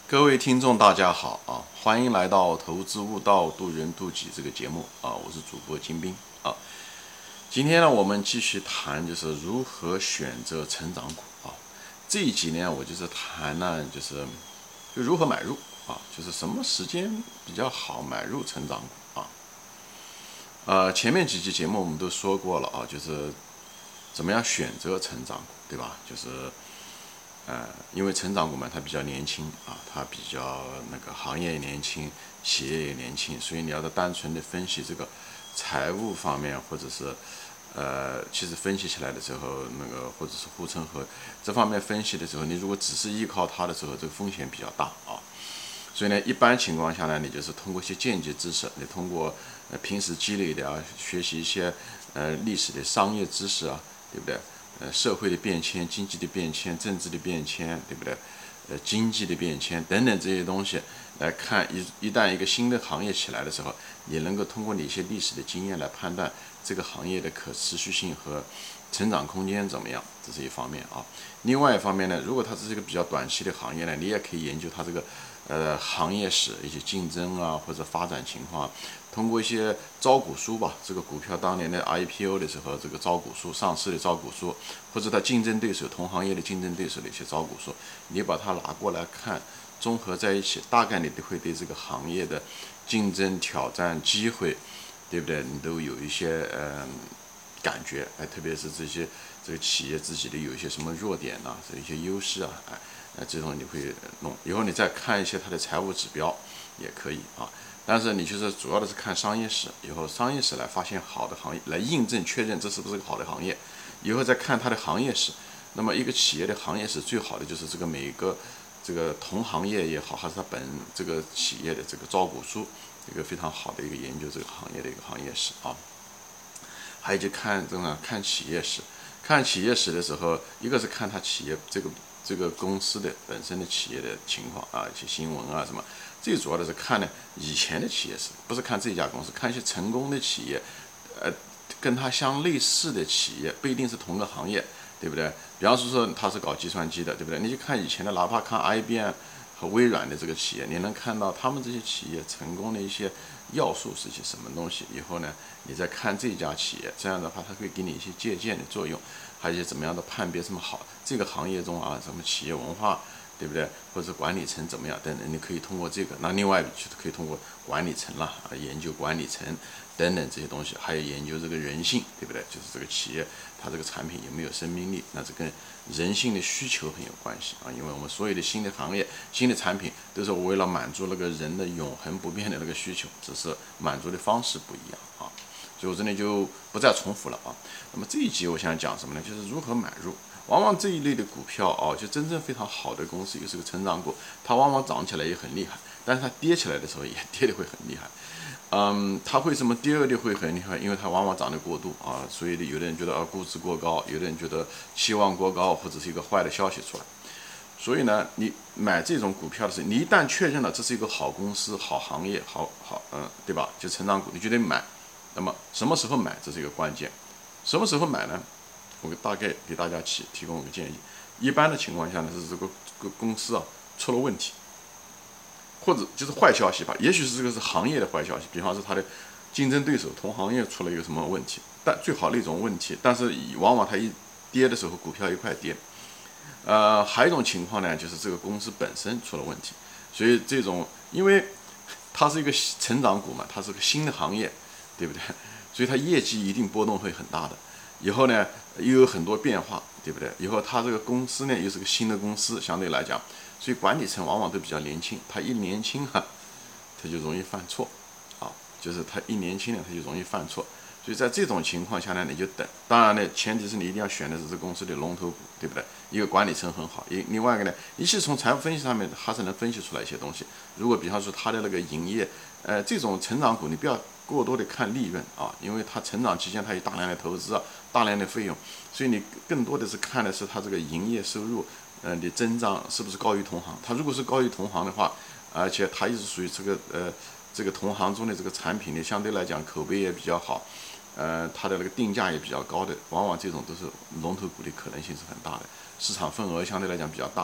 各位听众，大家好啊！欢迎来到《投资悟道，渡人渡己》这个节目啊！我是主播金兵啊。今天呢，我们继续谈就是如何选择成长股啊。这一集呢，我就是谈呢，就如何买入啊，就是什么时间比较好买入成长股啊。前面几期节目我们都说过了啊，就是怎么样选择成长股，对吧？因为成长股嘛，它比较年轻啊，它比较那个行业也年轻，企业也年轻，所以你要单纯的分析这个财务方面，或者是其实分析起来的时候，那个或者是护城河这方面分析的时候，你如果只是依靠它的时候，这个风险比较大啊。所以呢，一般情况下呢，你就是通过一些间接知识，你通过平时积累的啊，学习一些历史的商业知识啊，对不对？社会的变迁、经济的变迁、政治的变迁，对不对？经济的变迁等等这些东西来看，一旦一个新的行业起来的时候，你能够通过哪些历史的经验来判断这个行业的可持续性和成长空间怎么样？这是一方面啊。另外一方面呢，如果它是一个比较短期的行业呢，你也可以研究它这个行业史、一些竞争啊或者发展情况，通过一些招股书吧，这个股票当年的 IPO 的时候，这个招股书、上市的招股书，或者它竞争对手、同行业的竞争对手的一些招股书，你把它拿过来看，综合在一起，大概你都会对这个行业的竞争、挑战、机会，对不对？你都有一些感觉，特别是这个企业自己的有一些什么弱点呐、这一些优势啊，这种你会弄。以后你再看一些它的财务指标，也可以啊。但是你就是主要的是看商业史，以后商业史来发现好的行业，来印证确认这是不是个好的行业，以后再看它的行业史。那么一个企业的行业史最好的就是这个每一个这个同行业也好，还是它这个企业的这个招股书，一个非常好的一个研究这个行业的一个行业史啊。还有就看企业史，看企业史的时候，一个是看它企业这个公司的本身的企业的情况啊，一些新闻啊什么。最主要的是看呢以前的企业史，不是看这家公司，看一些成功的企业，跟它相类似的企业，不一定是同个行业，对不对？比方说它是搞计算机的，对不对？你就看以前的，哪怕看 IBM 和微软的这个企业，你能看到他们这些企业成功的一些要素是些什么东西。以后呢，你再看这家企业，这样的话它会给你一些借鉴的作用，还有一些怎么样的判别什么好这个行业中啊，什么企业文化，对不对？或者管理层怎么样等等，你可以通过这个。那另外就是可以通过管理层啦啊，研究管理层等等这些东西，还有研究这个人性，对不对？就是这个企业它这个产品有没有生命力，那这跟人性的需求很有关系啊。因为我们所有的新的行业、新的产品都是为了满足那个人的永恒不变的那个需求，只是满足的方式不一样啊。所以我这里就不再重复了啊。那么这一集我想讲什么呢？就是如何买入。往往这一类的股票啊，就真正非常好的公司，又是个成长股，它往往涨起来也很厉害，但是它跌起来的时候也跌得会很厉害。它为什么跌的会很厉害？因为它往往涨得过度啊，所以有的人觉得估值过高，有的人觉得期望过高，或者是一个坏的消息出来。所以呢，你买这种股票的时候，你一旦确认了这是一个好公司、好行业、对吧？就成长股，你就得买。那么什么时候买，这是一个关键。什么时候买呢？我大概给大家提供一个建议。一般的情况下呢，是这个公司啊出了问题，或者就是坏消息吧，也许是这个是行业的坏消息，比方说它的竞争对手同行业出了一个什么问题，但最好的一种问题，但是往往它一跌的时候，股票一块跌。还有一种情况呢，就是这个公司本身出了问题，所以这种因为它是一个成长股嘛，它是个新的行业，对不对？所以它业绩一定波动会很大的。以后呢，又有很多变化，对不对？以后它这个公司呢，又是个新的公司，相对来讲，所以管理层往往都比较年轻。他一年轻哈，他就容易犯错，啊，就是他一年轻呢，他就容易犯错。所以在这种情况下呢，你就等。当然呢，前提是你一定要选的是这公司的龙头股，对不对？一个管理层很好，另外一个呢，你是从财务分析上面还是能分析出来一些东西。如果比方说它的那个营业，这种成长股你不要过多的看利润啊，因为它成长期间它有大量的投资啊，大量的费用，所以你更多的是看的是它这个营业收入，的增长是不是高于同行。它如果是高于同行的话，而且它一直属于这个同行中的这个产品呢，相对来讲口碑也比较好，它的那个定价也比较高的，往往这种都是龙头股的可能性是很大的，市场份额相对来讲比较大，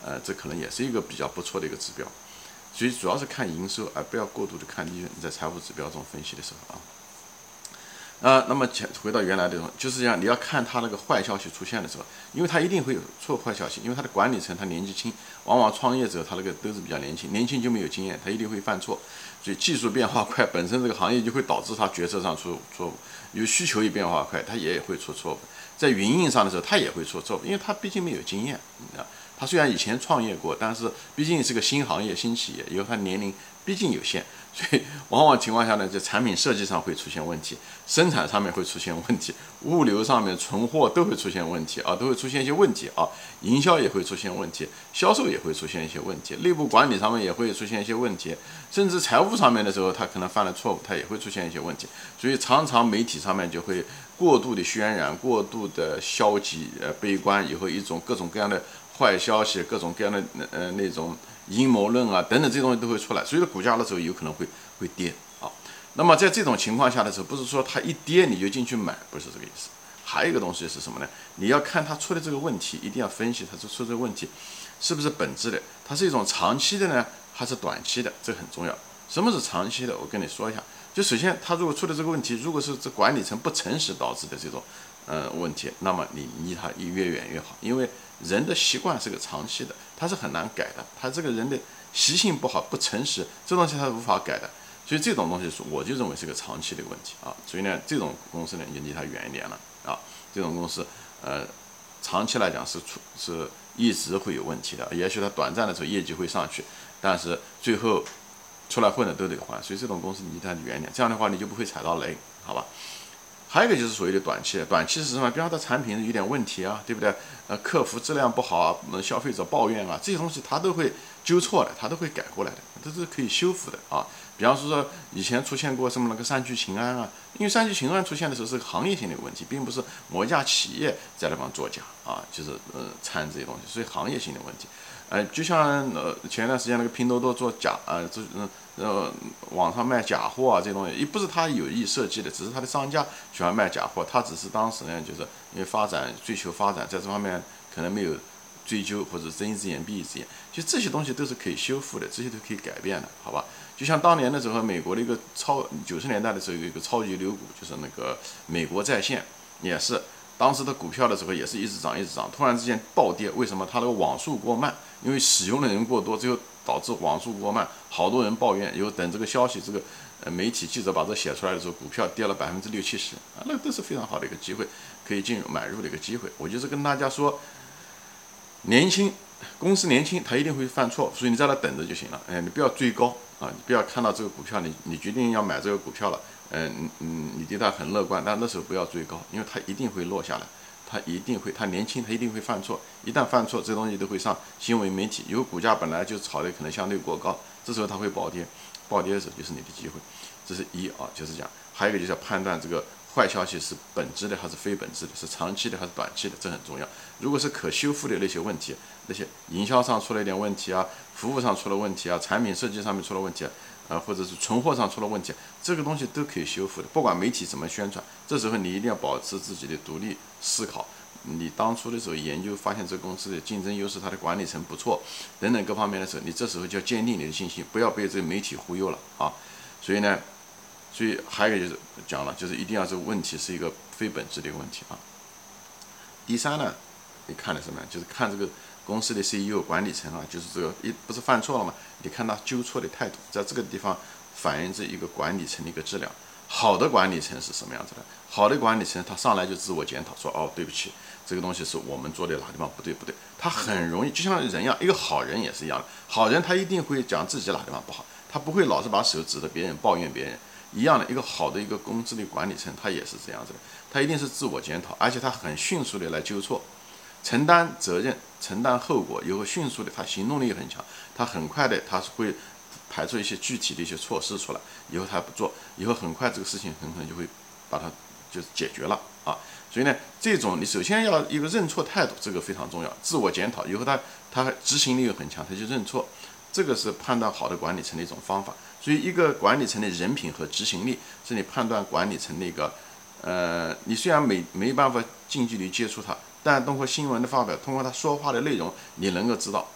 这可能也是一个比较不错的一个指标。所以主要是看营收，而不要过度的看利润。在财务指标中分析的时候那么回到原来这种，就是这样，你要看它那个坏消息出现的时候，因为它一定会有坏消息，因为它的管理层他年纪轻，往往创业者他那个都是比较年轻，年轻就没有经验，他一定会犯错，所以技术变化快，本身这个行业就会导致他决策上出错误，有需求一变化快，他也会出错误，在运营上的时候他也会出错误，因为他毕竟没有经验，他虽然以前创业过，但是毕竟是个新行业、新企业，以后他年龄毕竟有限，所以往往情况下呢，在产品设计上会出现问题，生产上面会出现问题，物流上面、存货都会出现问题都会出现一些问题营销也会出现问题，销售也会出现一些问题，内部管理上面也会出现一些问题，甚至财务上面的时候，他可能犯了错误，他也会出现一些问题，所以常常媒体上面就会过度的渲染、过度的消极、悲观，以后一种各种各样的坏消息，各种各样的那种阴谋论等等，这些东西都会出来，所以股价的时候有可能会跌那么在这种情况下的时候，不是说它一跌你就进去买，不是这个意思。还有一个东西是什么呢？你要看它出的这个问题，一定要分析它出这个问题是不是本质的，它是一种长期的呢，还是短期的，这很重要。什么是长期的？我跟你说一下。就首先，它如果出的这个问题，如果是这管理层不诚实导致的这种问题，那么你离它越远越好，因为人的习惯是个长期的，它是很难改的。他这个人的习性不好、不诚实，这东西他是无法改的。所以这种东西我就认为是个长期的问题所以呢，这种公司呢，你离它远一点了这种公司长期来讲是一直会有问题的。也许它短暂的时候业绩会上去，但是最后出来混的都得还。所以这种公司你离它远一点，这样的话你就不会踩到雷，好吧？还有一个就是所谓的短期是什么？比方说它产品有点问题对不对？客服质量不好消费者抱怨这些东西它都会纠错的，它都会改过来的，这是可以修复的比方说以前出现过什么那个三聚氰胺因为三聚氰胺出现的时候是个行业性的问题，并不是某一家企业在那方作假就是掺这些东西，所以行业性的问题。就像前段时间那个拼多多做假网上卖假货这些东西，也不是他有意设计的，只是他的商家喜欢卖假货，他只是当时呢就是因为追求发展，在这方面可能没有追究或者睁一只眼闭一只眼，其实这些东西都是可以修复的，这些都可以改变的，好吧？就像当年的时候，美国的一个90年代的时候有一个超级牛股，就是那个美国在线，也是当时的股票的时候也是一直涨，突然之间暴跌，为什么？它那个网速过慢，因为使用的人过多，最后导致网速过慢，好多人抱怨，以后等这个消息，这个媒体记者把这写出来的时候，股票跌了60%-70%那都是非常好的一个机会，可以进入买入的一个机会。我就是跟大家说，年轻公司年轻，他一定会犯错，所以你在那等着就行了。你不要追高你不要看到这个股票，你决定要买这个股票了，你对它很乐观，但那时候不要追高，因为它一定会落下来，他年轻，他一定会犯错，一旦犯错，这东西都会上新闻媒体，有股价本来就炒的可能相对过高，这时候它会暴跌的时候就是你的机会，这是就是讲，还有一个就是要判断这个坏消息是本质的还是非本质的，是长期的还是短期的，这很重要。如果是可修复的那些问题，那些营销上出了一点问题服务上出了问题产品设计上面出了问题或者是存货上出了问题，这个东西都可以修复的。不管媒体怎么宣传，这时候你一定要保持自己的独立思考。你当初的时候研究发现这个公司的竞争优势，它的管理层不错等等各方面的时候，你这时候就要坚定你的信心，不要被这个媒体忽悠了所以还有一个就是讲了，就是一定要这个问题是一个非本质的一个问题第三呢，你看的什么？就是看这个公司的 CEO 管理层就是这个不是犯错了吗？你看他纠错的态度，在这个地方反映着一个管理层的一个质量。好的管理层是什么样子的？好的管理层他上来就自我检讨，说对不起，这个东西是我们做的哪地方不对，他很容易，就像人一样，一个好人也是一样的，好人他一定会讲自己哪地方不好，他不会老是把手指着别人抱怨别人。一样的，一个好的一个公司的管理层，他也是这样子的，他一定是自我检讨，而且他很迅速的来纠错，承担责任，承担后果，以后迅速的，他行动力很强，他很快的，他会排出一些具体的一些措施出来，以后他不做，以后很快这个事情很可能就会把它就解决了所以呢，这种你首先要一个认错态度，这个非常重要，自我检讨，以后他执行力又很强，他就认错，这个是判断好的管理层的一种方法。所以一个管理层的人品和执行力是你判断管理层的一个你虽然没办法近距离接触他，但通过新闻的发表，通过他说话的内容，你能够知道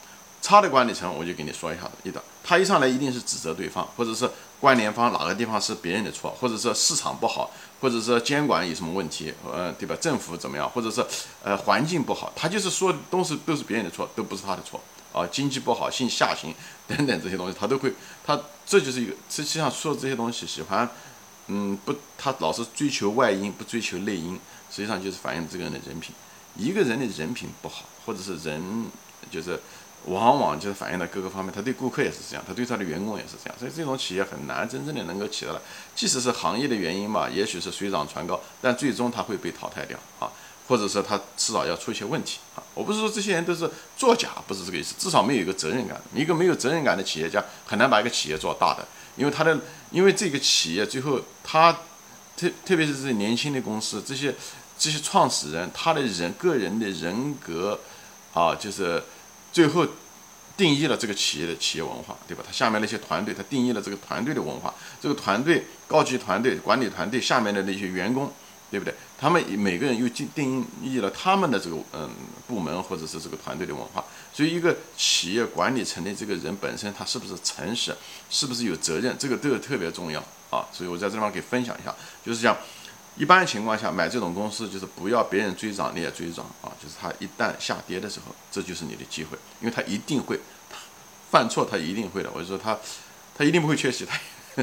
差的管理层我就给你说一下子，他一上来一定是指责对方，或者是关联方哪个地方是别人的错，或者说市场不好，或者说监管有什么问题，对吧？政府怎么样，或者是环境不好，他就是说都是别人的错，都不是他的错啊。经济不好，下行等等这些东西，他都会，这就是一个实际上说的这些东西，喜欢他老是追求外因，不追求内因，实际上就是反映这个人的人品。一个人的人品不好，或者是人就是往往就是反映到各个方面，他对顾客也是这样，他对他的员工也是这样，所以这种企业很难真正的能够起来了。即使是行业的原因嘛，也许是水涨船高，但最终他会被淘汰掉啊，或者说他迟早要出一些问题啊。我不是说这些人都是作假，不是这个意思，至少没有一个责任感。一个没有责任感的企业家很难把一个企业做大的，因为这个企业最后他特别是这些年轻的公司，这些创始人他的个人的人格啊，就是最后定义了这个企业的企业文化，对吧？他下面那些团队，他定义了这个团队的文化，这个团队高级团队管理团队下面的那些员工，对不对？他们每个人又定义了他们的这个部门或者是这个团队的文化。所以一个企业管理层的这个人本身，他是不是诚实，是不是有责任，这个都特别重要啊。所以我在这地方给分享一下，就是讲一般情况下买这种公司，就是不要别人追涨你也追涨啊，就是他一旦下跌的时候，这就是你的机会，因为他一定会犯错，他一定会的。我就说他一定不会缺席，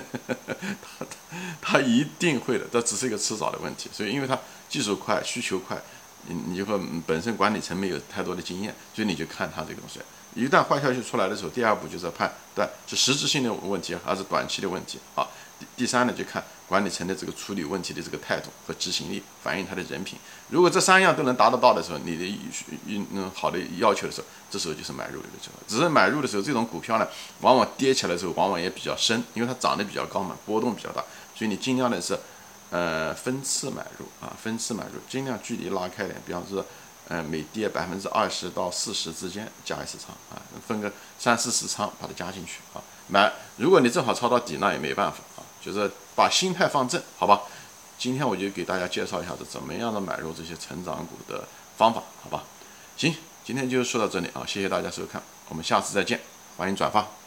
他一定会的，这只是一个迟早的问题。所以因为他技术快，需求快，你就和本身管理层没有太多的经验，所以你就看他这个东西。一旦坏消息出来的时候，第二步就是判断是实质性的问题还是短期的问题啊。第三呢，就看管理层的这个处理问题的这个态度和执行力，反映他的人品。如果这3样都能达得到的时候，你的好的要求的时候，这时候就是买入的时候。只是买入的时候，这种股票呢，往往跌起来的时候，往往也比较深，因为它涨得比较高嘛，波动比较大，所以你尽量的是分次买入啊，分次买入，尽量距离拉开点，比方说每跌20%到40%之间加一次仓啊，分个30-40仓把它加进去啊。如果你正好抄到底，那也没办法啊，就是把心态放正，好吧？今天我就给大家介绍一下子怎么样的买入这些成长股的方法，好吧？行，今天就说到这里啊，谢谢大家收看，我们下次再见，欢迎转发。